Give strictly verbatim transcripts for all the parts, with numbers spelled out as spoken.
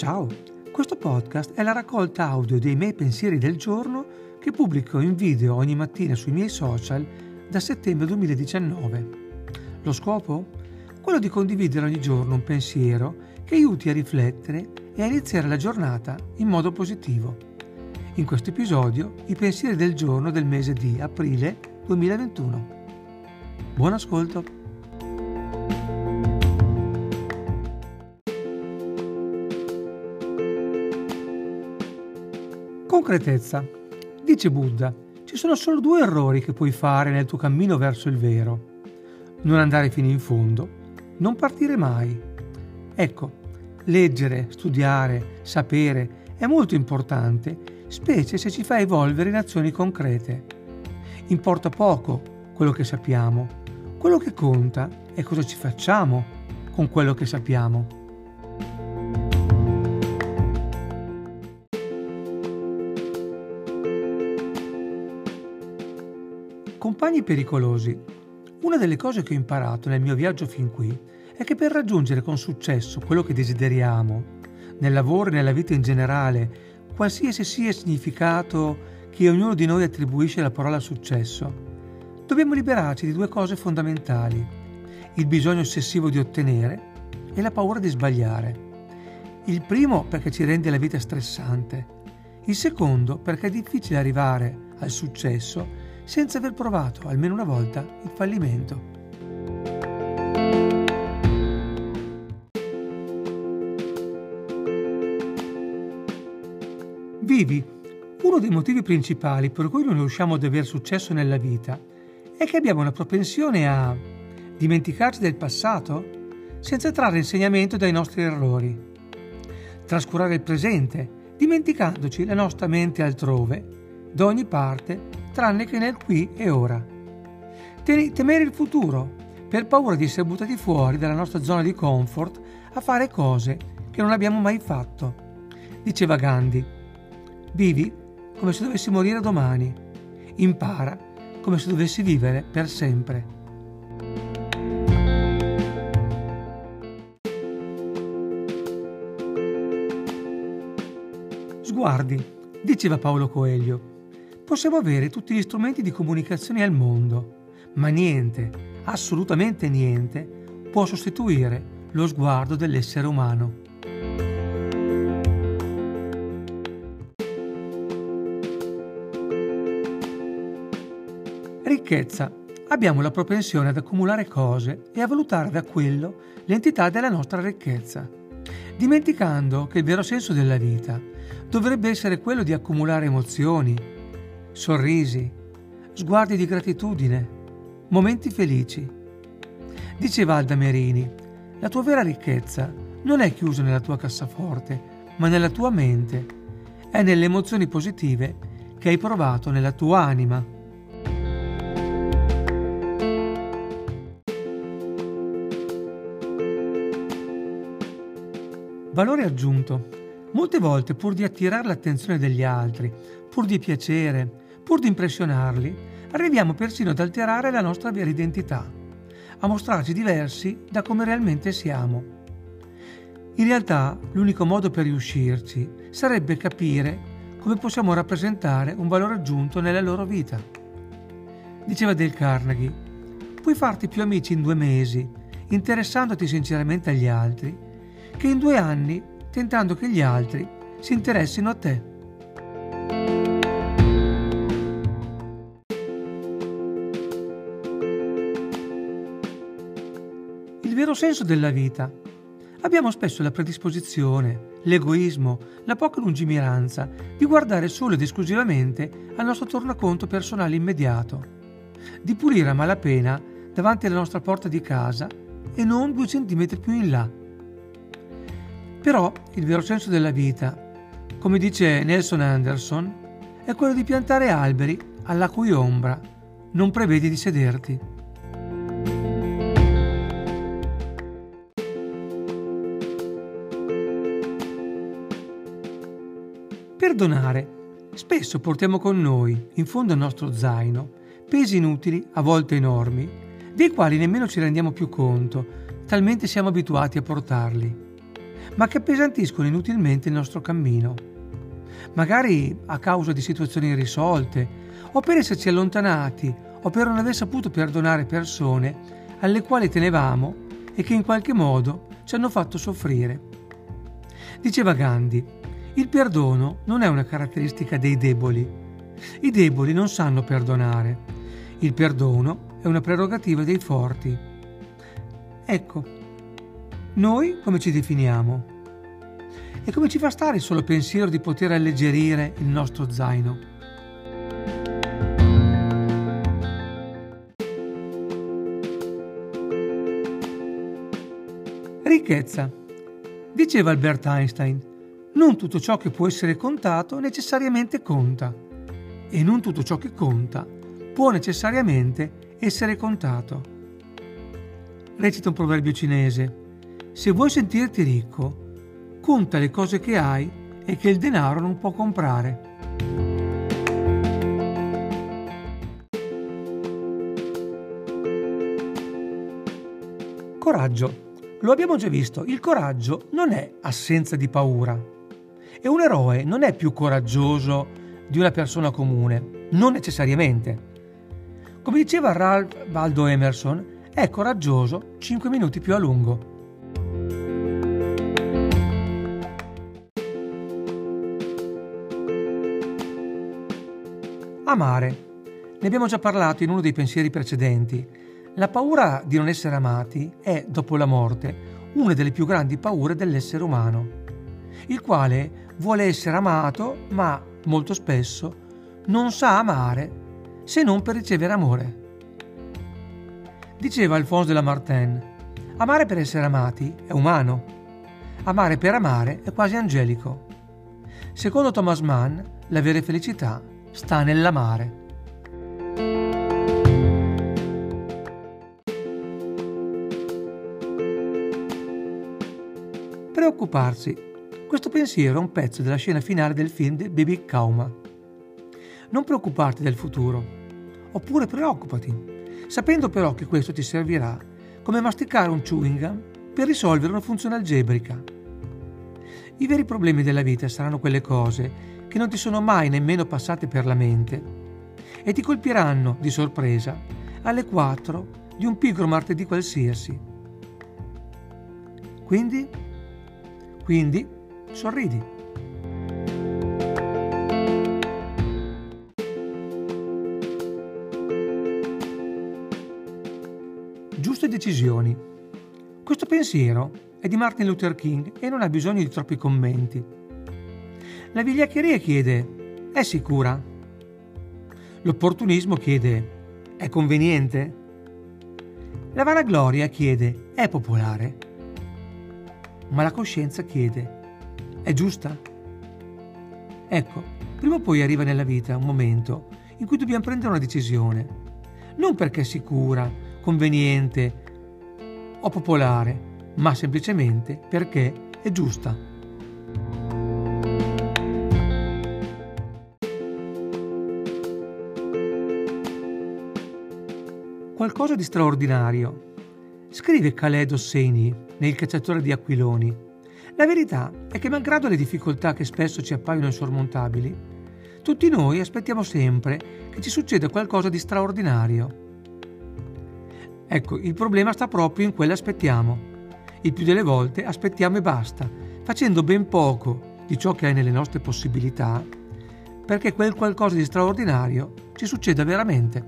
Ciao, questo podcast è la raccolta audio dei miei pensieri del giorno che pubblico in video ogni mattina sui miei social da settembre duemiladiciannove. Lo scopo? Quello di condividere ogni giorno un pensiero che aiuti a riflettere e a iniziare la giornata in modo positivo. In questo episodio i pensieri del giorno del mese di aprile duemilaventuno. Buon ascolto! Concretezza. Dice Buddha, ci sono solo due errori che puoi fare nel tuo cammino verso il vero. Non andare fino in fondo, non partire mai. Ecco, leggere, studiare, sapere è molto importante, specie se ci fa evolvere in azioni concrete. Importa poco quello che sappiamo, quello che conta è cosa ci facciamo con quello che sappiamo. Compagni pericolosi. Una delle cose che ho imparato nel mio viaggio fin qui è che per raggiungere con successo quello che desideriamo, nel lavoro e nella vita in generale, qualsiasi sia il significato che ognuno di noi attribuisce alla parola successo, dobbiamo liberarci di due cose fondamentali: il bisogno ossessivo di ottenere e la paura di sbagliare. Il primo perché ci rende la vita stressante, il secondo perché è difficile arrivare al successo senza aver provato almeno una volta il fallimento. Vivi. Uno dei motivi principali per cui non riusciamo ad avere successo nella vita è che abbiamo una propensione a dimenticarci del passato senza trarre insegnamento dai nostri errori, trascurare il presente dimenticandoci la nostra mente altrove, da ogni parte, tranne che nel qui e ora. Temere il futuro, per paura di essere buttati fuori dalla nostra zona di comfort a fare cose che non abbiamo mai fatto. Diceva Gandhi, vivi come se dovessi morire domani, impara come se dovessi vivere per sempre. Sguardi, diceva Paolo Coelho. Possiamo avere tutti gli strumenti di comunicazione al mondo, ma niente, assolutamente niente, può sostituire lo sguardo dell'essere umano. Ricchezza. Abbiamo la propensione ad accumulare cose e a valutare da quello l'entità della nostra ricchezza, dimenticando che il vero senso della vita dovrebbe essere quello di accumulare emozioni, sorrisi, sguardi di gratitudine, momenti felici. Diceva Alda Merini, la tua vera ricchezza non è chiusa nella tua cassaforte, ma nella tua mente, è nelle emozioni positive che hai provato nella tua anima. Valore aggiunto. Molte volte, pur di attirare l'attenzione degli altri, pur di piacere, pur di impressionarli, arriviamo persino ad alterare la nostra vera identità, a mostrarci diversi da come realmente siamo. In realtà, l'unico modo per riuscirci sarebbe capire come possiamo rappresentare un valore aggiunto nella loro vita. Diceva Dale Carnegie, puoi farti più amici in due mesi, interessandoti sinceramente agli altri, che in due anni tentando che gli altri si interessino a te. Il vero senso della vita. Abbiamo spesso la predisposizione, l'egoismo, la poca lungimiranza di guardare solo ed esclusivamente al nostro tornaconto personale immediato, di pulire a malapena davanti alla nostra porta di casa e non due centimetri più in là. Però il vero senso della vita, come dice Nelson Anderson, è quello di piantare alberi alla cui ombra non prevedi di sederti. Perdonare. Spesso portiamo con noi, in fondo al nostro zaino, pesi inutili, a volte enormi, dei quali nemmeno ci rendiamo più conto, talmente siamo abituati a portarli. ma che appesantiscono inutilmente il nostro cammino, magari a causa di situazioni irrisolte, o per esserci allontanati, o per non aver saputo perdonare persone alle quali tenevamo e che in qualche modo ci hanno fatto soffrire. Diceva Gandhi: il perdono non è una caratteristica dei deboli. I deboli non sanno perdonare. Il perdono è una prerogativa dei forti. Ecco, noi come ci definiamo? E come ci fa stare il solo pensiero di poter alleggerire il nostro zaino? Ricchezza. Diceva Albert Einstein: non tutto ciò che può essere contato necessariamente conta, e non tutto ciò che conta può necessariamente essere contato. Recita un proverbio cinese: se vuoi sentirti ricco, conta le cose che hai e che il denaro non può comprare. Coraggio. Lo abbiamo già visto, il coraggio non è assenza di paura. E un eroe non è più coraggioso di una persona comune, non necessariamente. Come diceva Ralph Waldo Emerson, è coraggioso cinque minuti più a lungo. Amare. Ne abbiamo già parlato in uno dei pensieri precedenti. La paura di non essere amati è, dopo la morte, una delle più grandi paure dell'essere umano, il quale vuole essere amato, ma molto spesso non sa amare se non per ricevere amore. Diceva Alphonse de Lamartine: amare per essere amati è umano, amare per amare è quasi angelico. Secondo Thomas Mann, la vera felicità sta nell'amare. Preoccuparsi. Questo pensiero è un pezzo della scena finale del film di Baby Kauma. Non preoccuparti del futuro, oppure preoccupati, sapendo però che questo ti servirà come masticare un chewing gum per risolvere una funzione algebrica. I veri problemi della vita saranno quelle cose che non ti sono mai nemmeno passate per la mente e ti colpiranno di sorpresa alle quattro di un pigro martedì qualsiasi. Quindi, quindi, sorridi. Giuste decisioni. Questo pensiero è di Martin Luther King e non ha bisogno di troppi commenti. La vigliaccheria chiede: è sicura? L'opportunismo chiede: è conveniente? La vanagloria chiede: è popolare? Ma la coscienza chiede: è giusta? Ecco, prima o poi arriva nella vita un momento in cui dobbiamo prendere una decisione, non perché è sicura, conveniente o popolare, ma semplicemente perché è giusta. Qualcosa di straordinario. Scrive Khaled Hosseini nel Cacciatore di aquiloni: la verità è che, malgrado le difficoltà che spesso ci appaiono insormontabili, tutti noi aspettiamo sempre che ci succeda qualcosa di straordinario. Ecco, il problema sta proprio in quell'aspettiamo. Il più delle volte aspettiamo e basta, facendo ben poco di ciò che è nelle nostre possibilità, perché quel qualcosa di straordinario ci succeda veramente.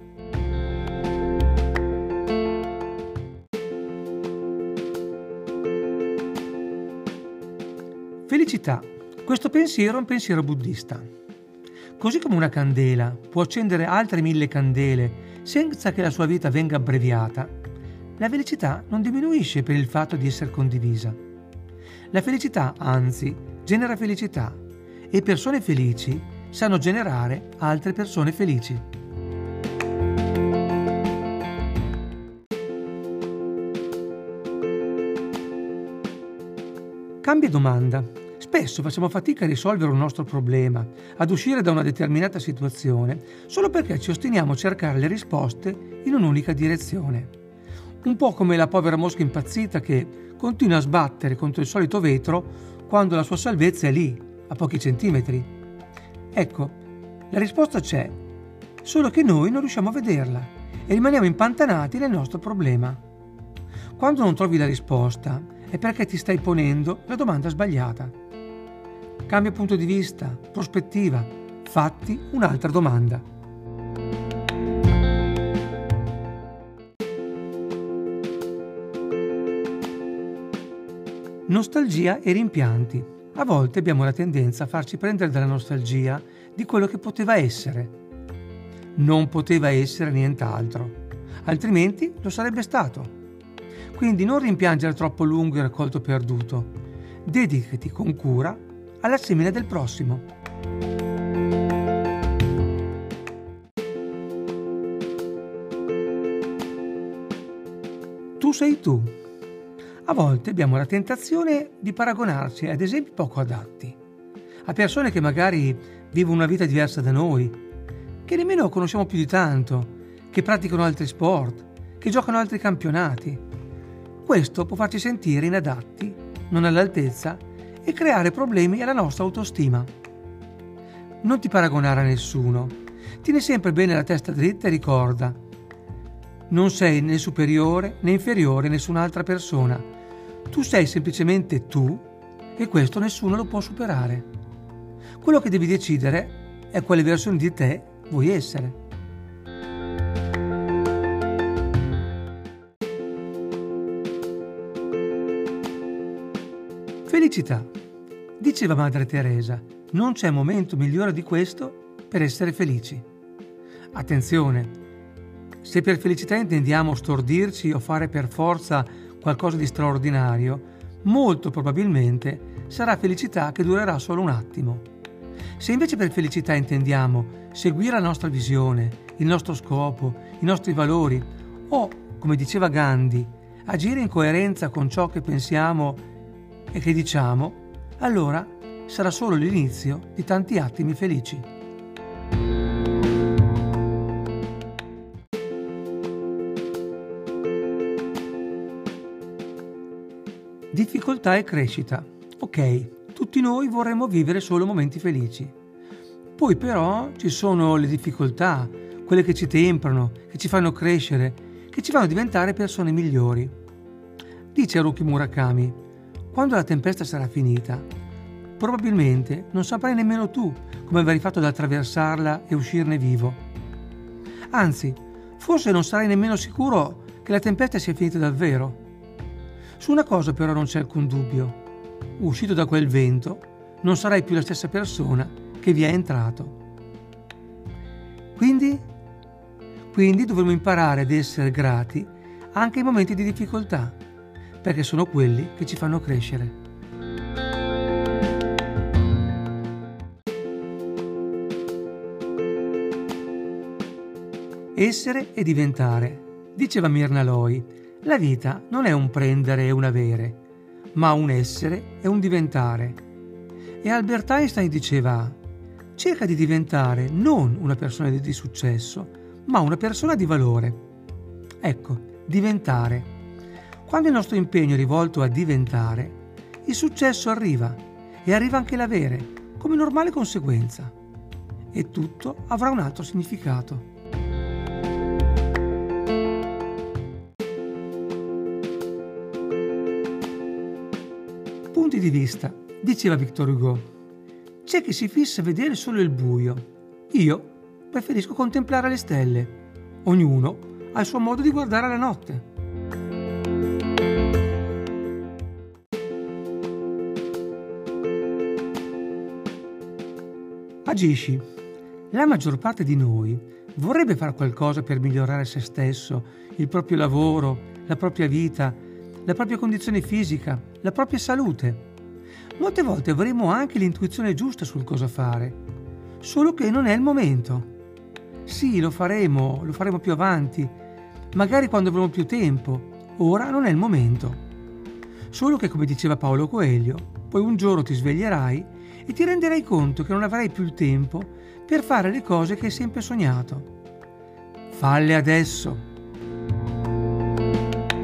Felicità. Questo pensiero è un pensiero buddista. Così come una candela può accendere altre mille candele senza che la sua vita venga abbreviata, la felicità non diminuisce per il fatto di essere condivisa. La felicità, anzi, genera felicità, e persone felici sanno generare altre persone felici. Cambia domanda. Spesso facciamo fatica a risolvere un nostro problema, ad uscire da una determinata situazione, solo perché ci ostiniamo a cercare le risposte in un'unica direzione. Un po' come la povera mosca impazzita che continua a sbattere contro il solito vetro quando la sua salvezza è lì, a pochi centimetri. Ecco, la risposta c'è, solo che noi non riusciamo a vederla e rimaniamo impantanati nel nostro problema. Quando non trovi la risposta è perché ti stai ponendo la domanda sbagliata. Cambia punto di vista, prospettiva, fatti un'altra domanda. Nostalgia e rimpianti. A volte abbiamo la tendenza a farci prendere dalla nostalgia di quello che poteva essere. Non poteva essere nient'altro, altrimenti lo sarebbe stato. Quindi non rimpiangere troppo lungo il raccolto perduto. Dedicati con cura alla semina del prossimo. Tu sei tu. A volte abbiamo la tentazione di paragonarci ad esempi poco adatti, a persone che magari vivono una vita diversa da noi, che nemmeno conosciamo più di tanto, che praticano altri sport, che giocano altri campionati. Questo può farci sentire inadatti, non all'altezza e creare problemi alla nostra autostima. Non ti paragonare a nessuno, tieni sempre bene la testa dritta e ricorda: non sei né superiore né inferiore a nessun'altra persona. Tu sei semplicemente tu e questo nessuno lo può superare. Quello che devi decidere è quale versione di te vuoi essere. Felicità. Diceva Madre Teresa, non c'è momento migliore di questo per essere felici. Attenzione, se per felicità intendiamo stordirci o fare per forza qualcosa di straordinario, molto probabilmente sarà felicità che durerà solo un attimo. Se invece per felicità intendiamo seguire la nostra visione, il nostro scopo, i nostri valori o, come diceva Gandhi, agire in coerenza con ciò che pensiamo e che diciamo, allora sarà solo l'inizio di tanti attimi felici. Difficoltà e crescita. Ok, tutti noi vorremmo vivere solo momenti felici. Poi però ci sono le difficoltà, quelle che ci temprano, che ci fanno crescere, che ci fanno diventare persone migliori. Dice Haruki Murakami, quando la tempesta sarà finita, probabilmente non saprai nemmeno tu come averai fatto ad attraversarla e uscirne vivo. Anzi, forse non sarai nemmeno sicuro che la tempesta sia finita davvero. Su una cosa però non c'è alcun dubbio. Uscito da quel vento, non sarai più la stessa persona che vi è entrato. Quindi? Quindi dovremo imparare ad essere grati anche ai momenti di difficoltà, perché sono quelli che ci fanno crescere. Essere e diventare. Diceva Myrna Loy, la vita non è un prendere e un avere, ma un essere e un diventare. E Albert Einstein diceva, cerca di diventare non una persona di successo, ma una persona di valore. Ecco, diventare. Quando il nostro impegno è rivolto a diventare, il successo arriva e arriva anche l'avere, come normale conseguenza. E tutto avrà un altro significato. Punti di vista, diceva Victor Hugo. C'è chi si fissa a vedere solo il buio. Io preferisco contemplare le stelle. Ognuno ha il suo modo di guardare la notte. Agisci. La maggior parte di noi vorrebbe fare qualcosa per migliorare se stesso, il proprio lavoro, la propria vita, la propria condizione fisica, la propria salute. Molte volte avremo anche l'intuizione giusta sul cosa fare, solo che non è il momento. Sì, lo faremo, lo faremo più avanti, magari quando avremo più tempo, ora non è il momento. Solo che, come diceva Paolo Coelho, poi un giorno ti sveglierai e ti renderai conto che non avrai più il tempo per fare le cose che hai sempre sognato. Falle adesso!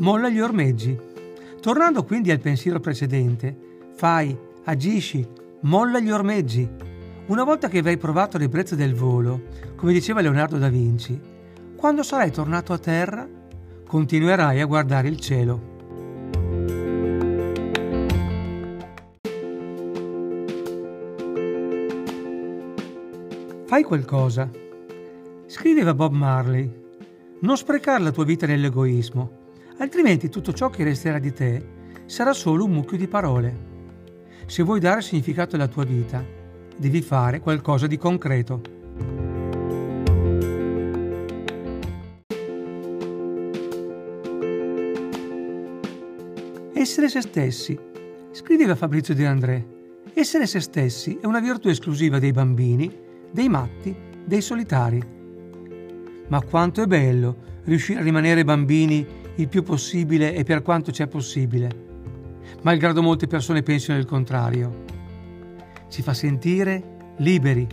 molla gli ormeggi. Tornando quindi al pensiero precedente, fai, agisci, molla gli ormeggi. Una volta che avrai provato l'ebbrezza del volo, come diceva Leonardo da Vinci, quando sarai tornato a terra, continuerai a guardare il cielo. Fai qualcosa. Scriveva Bob Marley: non sprecare la tua vita nell'egoismo, altrimenti tutto ciò che resterà di te sarà solo un mucchio di parole. Se vuoi dare significato alla tua vita, devi fare qualcosa di concreto. Essere se stessi. Scriveva Fabrizio De André: essere se stessi è una virtù esclusiva dei bambini, dei matti, dei solitari. Ma quanto è bello riuscire a rimanere bambini il più possibile e per quanto c'è possibile, malgrado molte persone pensino il contrario. Ci fa sentire liberi.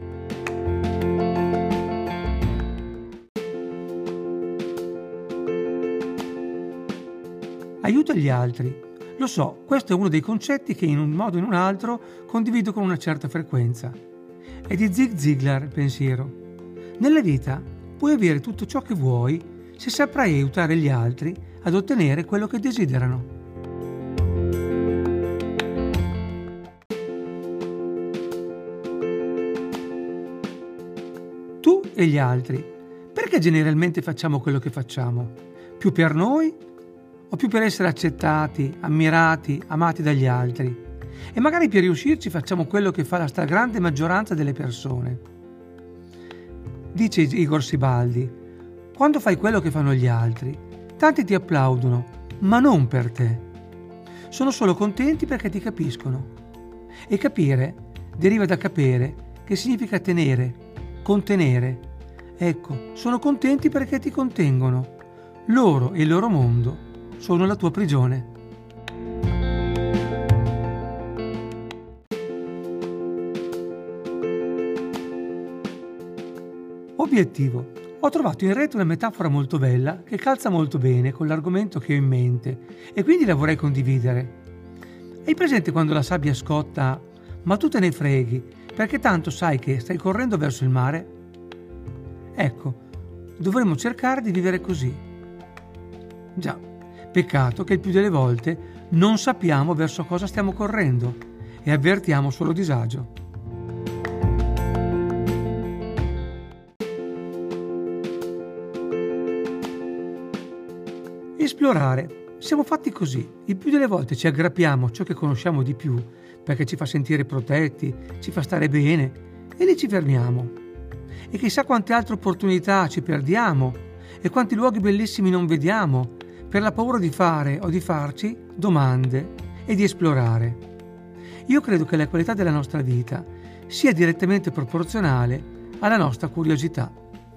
Aiuta gli altri. Lo so, questo è uno dei concetti che in un modo o in un altro condivido con una certa frequenza. È di Zig Ziglar il pensiero. Nella vita puoi avere tutto ciò che vuoi se saprai aiutare gli altri ad ottenere quello che desiderano. Tu e gli altri. Perché generalmente facciamo quello che facciamo? Più per noi o più per essere accettati, ammirati, amati dagli altri? E magari per riuscirci facciamo quello che fa la stragrande maggioranza delle persone. Dice Igor Sibaldi: quando fai quello che fanno gli altri, tanti ti applaudono, ma non per te. Sono solo contenti perché ti capiscono. E capire deriva da capere, che significa tenere, contenere. Ecco, sono contenti perché ti contengono. Loro e il loro mondo sono la tua prigione. Obiettivo. Ho trovato in rete una metafora molto bella che calza molto bene con l'argomento che ho in mente e quindi la vorrei condividere. Hai presente quando la sabbia scotta, ma tu te ne freghi perché tanto sai che stai correndo verso il mare? Ecco, dovremmo cercare di vivere così. Già, peccato che il più delle volte non sappiamo verso cosa stiamo correndo e avvertiamo solo disagio. Esplorare. Siamo fatti così. Il più delle volte ci aggrappiamo a ciò che conosciamo di più perché ci fa sentire protetti, ci fa stare bene e lì ci fermiamo. E chissà quante altre opportunità ci perdiamo e quanti luoghi bellissimi non vediamo per la paura di fare o di farci domande e di esplorare. Io credo che la qualità della nostra vita sia direttamente proporzionale alla nostra curiosità.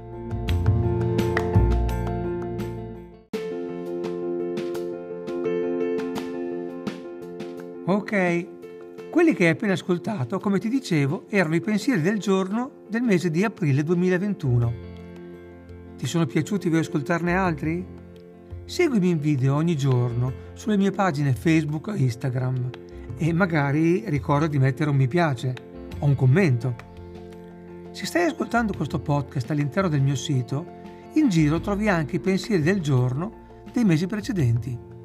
Ok, quelli che hai appena ascoltato, come ti dicevo, erano i pensieri del giorno del mese di aprile duemilaventuno. Ti sono piaciuti? Vuoi ascoltarne altri? Seguimi in video ogni giorno sulle mie pagine Facebook e Instagram e magari ricorda di mettere un mi piace o un commento. Se stai ascoltando questo podcast all'interno del mio sito, in giro trovi anche i pensieri del giorno dei mesi precedenti.